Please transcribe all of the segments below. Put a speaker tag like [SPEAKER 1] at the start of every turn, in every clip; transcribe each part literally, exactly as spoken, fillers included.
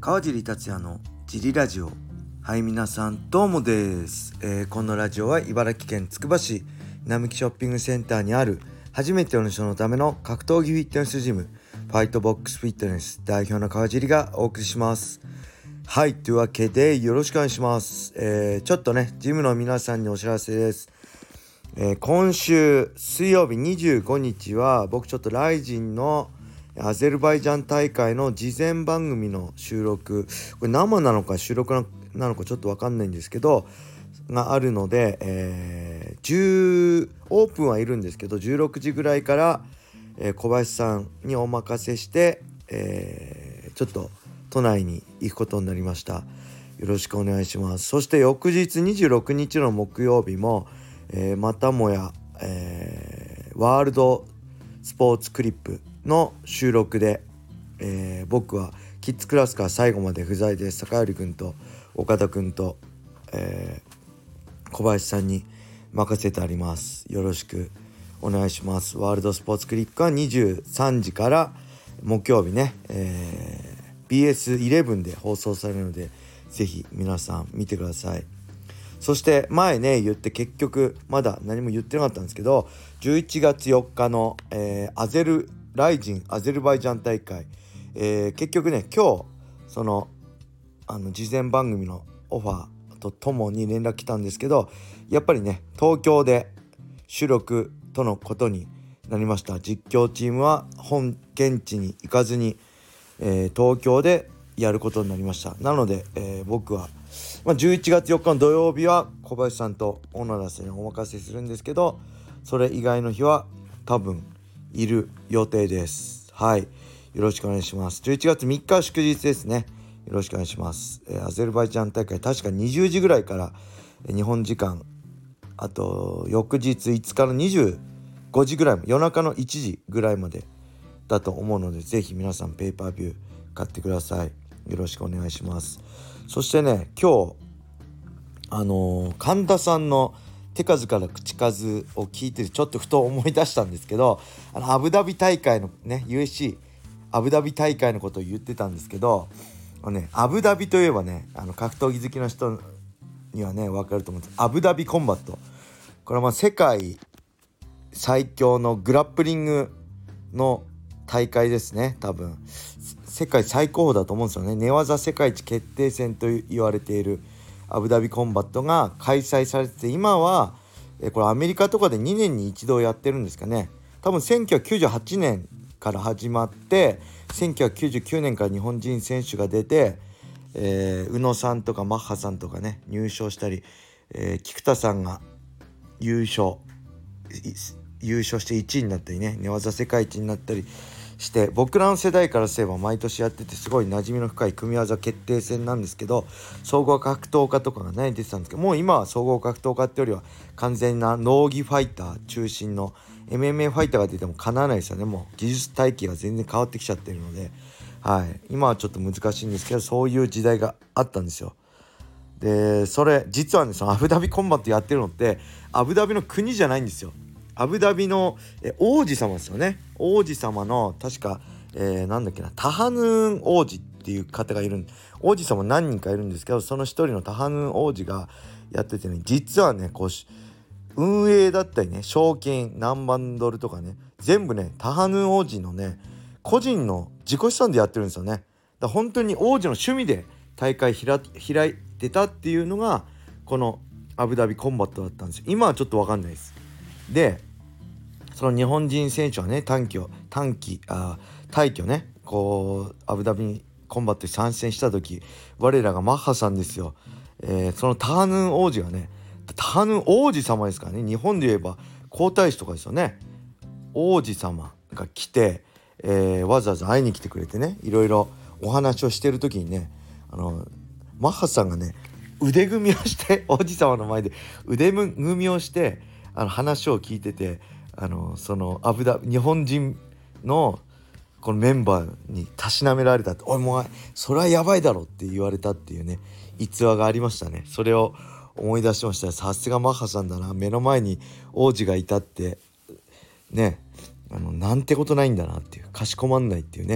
[SPEAKER 1] 川尻達也のジリラジオ。はい、皆さんどうもです、えー、このラジオは茨城県つくば市並木ショッピングセンターにある初めての人のための格闘技フィットネスジム、ファイトボックスフィットネス代表の川尻がお送りします。はい、というわけでよろしくお願いします。えー、ちょっとねジムの皆さんにお知らせです。えー、今週水曜日にじゅうごにちは僕ちょっとライジンのアゼルバイジャン大会の事前番組の収録、これ生なのか収録なのかちょっと分かんないんですけどがあるので、えー、じゅうオープンはいるんですけどじゅうろくじぐらいから、えー、小林さんにお任せして、えー、ちょっと都内に行くことになりました。よろしくお願いします。そして翌日にじゅうろくにちの木曜日も、えー、またもや、えー、ワールドスポーツクリップの収録で、えー、僕はキッズクラスから最後まで不在で坂寄くんと岡田くんと、えー、小林さんに任せてあります。よろしくお願いします。ワールドスポーツクリップはにじゅうさんじから木曜日ね、えー、ビーエスイレブン で放送されるのでぜひ皆さん見てください。そして前ね言って結局まだ何も言ってなかったんですけどじゅういちがつよっかの、えー、アゼルライジンアゼルバイジャン大会、えー、結局ね今日そのあの事前番組のオファーとともに連絡来たんですけどやっぱりね東京で収録とのことになりました。実況チームは本現地に行かずに、えー、東京でやることになりました。なので、えー、僕は、まあ、じゅういちがつよっかの土曜日は小林さんと小野田さんにお任せするんですけどそれ以外の日は多分いる予定です。はい、よろしくお願いします。じゅういちがつみっかは祝日ですね。よろしくお願いします。えー、アゼルバイジャン大会確かにじゅうじぐらいから、えー、日本時間あと翌日いつかのにじゅうごじぐらい夜中のいちじぐらいまでだと思うのでぜひ皆さんペーパービュー買ってください。よろしくお願いします。そしてね今日あのー、神田さんの手数から口数を聞いてちょっとふと思い出したんですけどあのアブダビ大会のね ユーエフシー アブダビ大会のことを言ってたんですけどあの、ね、アブダビといえばねあの格闘技好きの人にはね分かると思うんです。アブダビコンバット、これはまあ世界最強のグラップリングの大会ですね。多分世界最高峰だと思うんですよね。寝技世界一決定戦と言われているアブダビコンバットが開催されてて今はえこれアメリカとかでにねんに一度やってるんですかね。多分せんきゅうひゃくきゅうじゅうはちねんから始まってせんきゅうひゃくきゅうじゅうきゅうねんから日本人選手が出て、えー、宇野さんとかマッハさんとかね入賞したり、えー、菊田さんが優勝優勝していちいになったりね寝技世界一になったりして僕らの世代からすれば毎年やっててすごい馴染みの深い組み技決定戦なんですけど総合格闘家とかがね出てたんですけどもう今は総合格闘家ってよりは完全な農技ファイター中心の エムエムエー ファイターが出てもかなわないですよね。もう技術体系が全然変わってきちゃってるので、はい、今はちょっと難しいんですけどそういう時代があったんですよ。でそれ実はねそのアブダビコンバットやってるのってアブダビの国じゃないんですよ。アブダビのえ王子様ですよね。王子様の確か、えー、なんだっけなタハヌーン王子っていう方がいるん王子様何人かいるんですけどその一人のタハヌーン王子がやっててね実はねこう運営だったりね賞金何万ドルとかね全部ねタハヌーン王子のね個人の自己資産でやってるんですよね。だから本当に王子の趣味で大会開開いてたっていうのがこのアブダビコンバットだったんですよ。今はちょっと分かんないです。でその日本人選手はね短期短期あ大挙ねこうアブダビコンバットに参戦した時我らがマッハさんですよ、えー、そのタハヌーン王子がねタハヌーン王子様ですからね日本で言えば皇太子とかですよね。王子様が来て、えー、わざわざ会いに来てくれてねいろいろお話をしてる時にねあのマッハさんがね腕組みをして王子様の前で腕組みをしてあの話を聞いててあのそのアブダ日本人のこのメンバーにたしなめられたっておいもうそれはやばいだろって言われたっていうね逸話がありましたね。それを思い出しました。さすがマッハさんだな目の前に王子がいたってねあのなんてことないんだなっていうかしこまんないっていうね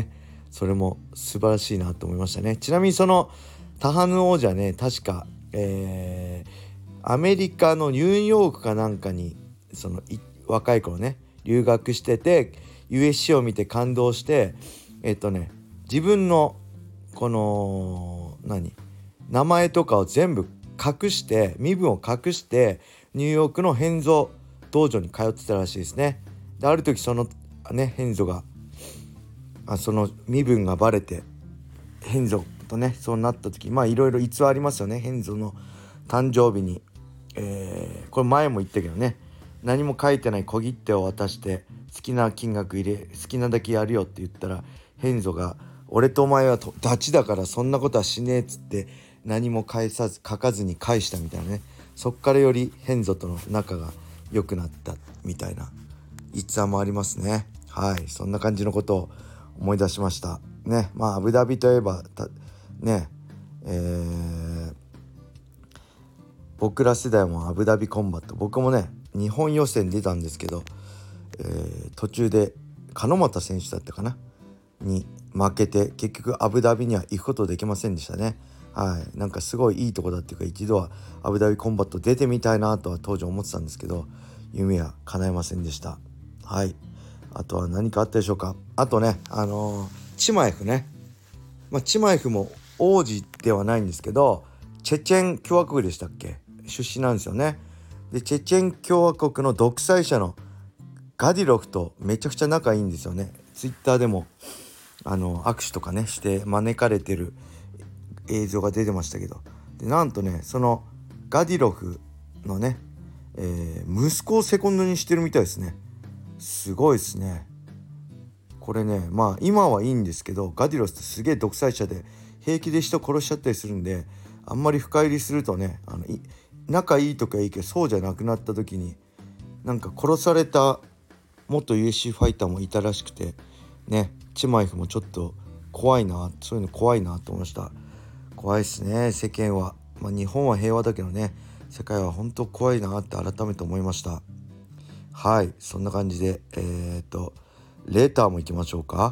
[SPEAKER 1] それも素晴らしいなと思いましたね。ちなみにそのタハヌ王者ね、確か、えー、アメリカのニューヨークかなんかにその若い頃ね留学してて ユーエスシー を見て感動して、えっとね自分のこの何名前とかを全部隠して身分を隠してニューヨークのヘンゾ道場に通ってたらしいですね。である時そのねヘンゾがあその身分がバレてヘンゾとねそうなった時、まあいろいろ逸話ありますよね。ヘンゾの誕生日に、えー、これ前も言ったけどね、何も書いてない小切手を渡して好きな金額入れ好きなだけやるよって言ったら、ヘンゾが俺とお前はダチだからそんなことはしねえっつって何も返さず書かずに返したみたいなね。そっからよりヘンゾとの仲が良くなったみたいな逸話もありますね。はい、そんな感じのことを思い出しましたね。まあアブダビといえばね、えー、僕ら世代もアブダビコンバット、僕もね日本予選出たんですけど、えー、途中で鹿俣選手だったかなに負けて結局アブダビには行くことできませんでしたね。はい、なんかすごいいいとこだっていうか、一度はアブダビコンバット出てみたいなとは当時思ってたんですけど、夢は叶えませんでした。はい、あとは何かあったでしょうか。あとね、あのー、チマエフね、まあ、チマエフも王子ではないんですけど、チェチェン共和国でしたっけ出身なんですよね。でチェチェン共和国の独裁者のガディロフとめちゃくちゃ仲いいんですよね。ツイッターでもあの握手とかねして招かれてる映像が出てましたけど、でなんとねそのガディロフのね、えー、息子をセコンドにしてるみたいですね。すごいですねこれね。まあ今はいいんですけど、ガディロフってすげえ独裁者で平気で人殺しちゃったりするんで、あんまり深入りするとね、あのい仲いいとかいいけどそうじゃなくなった時になんか殺された元 ユーエフシー ファイターもいたらしくてね、チマエフもちょっと怖いな、そういうの怖いなと思いました。怖いですね世間は。まあ、日本は平和だけどね、世界は本当怖いなって改めて思いました。はい、そんな感じでえー、っとレーターも行きましょうか。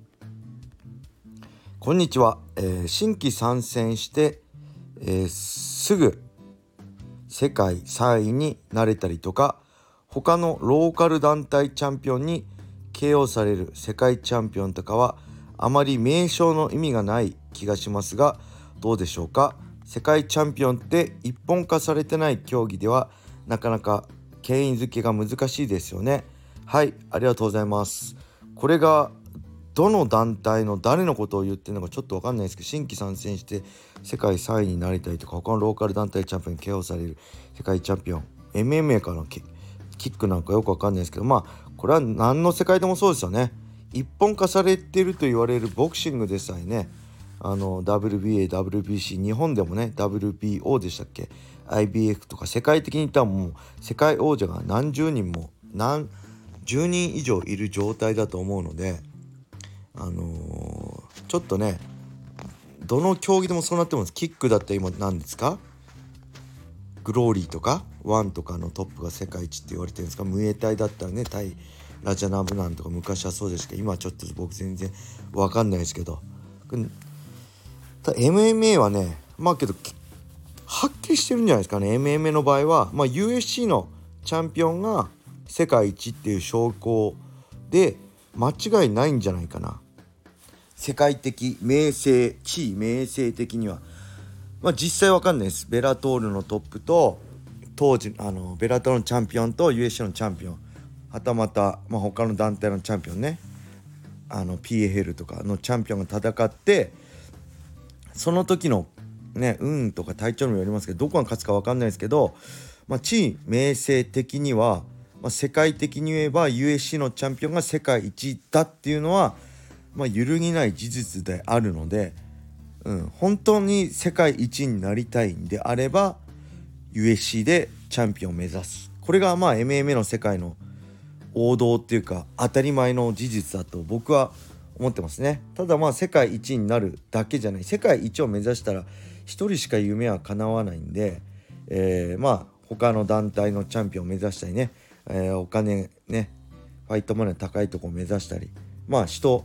[SPEAKER 1] こんにちは、えー、新規参戦して、えー、すぐ世界さんいになれたりとか、他のローカル団体チャンピオンに ケーオー される世界チャンピオンとかはあまり名称の意味がない気がしますが、どうでしょうか。世界チャンピオンって一本化されてない競技ではなかなか権威づけが難しいですよね。はい、ありがとうございます。これがどの団体の誰のことを言ってるのかちょっと分かんないですけど、新規参戦して世界さんいになりたいとか、他のローカル団体チャンピオンに ケーオー される世界チャンピオン エムエムエー からのキックなんかよく分かんないですけど、まあこれは何の世界でもそうですよね。一本化されてると言われるボクシングでさえね、あの ダブリュービーエー、ダブリュービーシー、 日本でもね ダブリュービーオー でしたっけ、 アイビーエフ とか世界的に言ったらもう世界王者が何十人も何十人以上いる状態だと思うので、あのー、ちょっとねどの競技でもそうなってます。キックだって今何ですか、グローリーとかワンとかのトップが世界一って言われてるんですか。ムエタイだったらね対ラジャナブナンとか昔はそうですけど、今はちょっと僕全然分かんないですけど、エムエムエー はねまあけどはっきりしてるんじゃないですかね。 エムエムエー の場合は、まあ、ユーエフシー のチャンピオンが世界一っていう証拠で間違いないんじゃないかな。世界的名声地位名声的には、まあ、実際わかんないです。ベラトールのトップと当時あのベラトールのチャンピオンと ユーエフシー のチャンピオン、はたまた、まあ、他の団体のチャンピオンね、あの ピーエフエル とかのチャンピオンが戦って、その時のね運とか体調にもよりますけど、どこが勝つか分かんないですけど、まあ、地位名声的には、まあ、世界的に言えば ユーエフシー のチャンピオンが世界一だっていうのは、まあ、揺るぎない事実であるので、うん、本当に世界一になりたいんであれば ユーエフシー でチャンピオンを目指す。これがまあ エムエムエー の世界の王道っていうか当たり前の事実だと僕は思ってますね。ただまあ世界一になるだけじゃない、世界一を目指したら一人しか夢は叶わないんで、えー、まあ他の団体のチャンピオンを目指したりね、えー、お金ねファイトマネー高いとこを目指したり、まあ人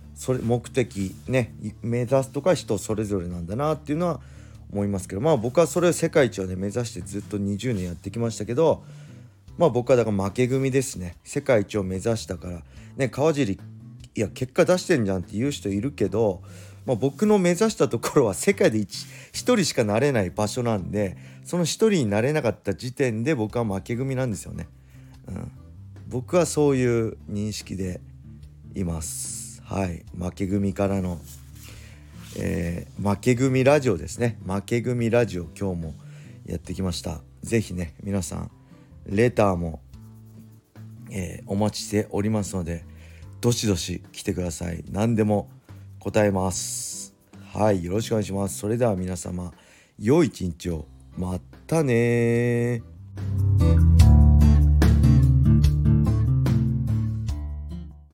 [SPEAKER 1] それ目的ね目指すとか人それぞれなんだなっていうのは思いますけど、まあ僕はそれを世界一をね目指してずっとにじゅうねんやってきましたけど、まあ僕はだから負け組ですね。世界一を目指したからね。川尻いや結果出してんじゃんって言う人いるけど、まあ、僕の目指したところは世界で 1, 一人しかなれない場所なんで、その一人になれなかった時点で僕は負け組なんですよね、うん、僕はそういう認識でいます。はい、負け組からの、えー、負け組ラジオですね。負け組ラジオ今日もやってきました。ぜひね皆さんレターも、えー、お待ちしておりますのでどしどし来てください。何でも答えます。はい、よろしくお願いします。それでは皆様良い一日を。またね。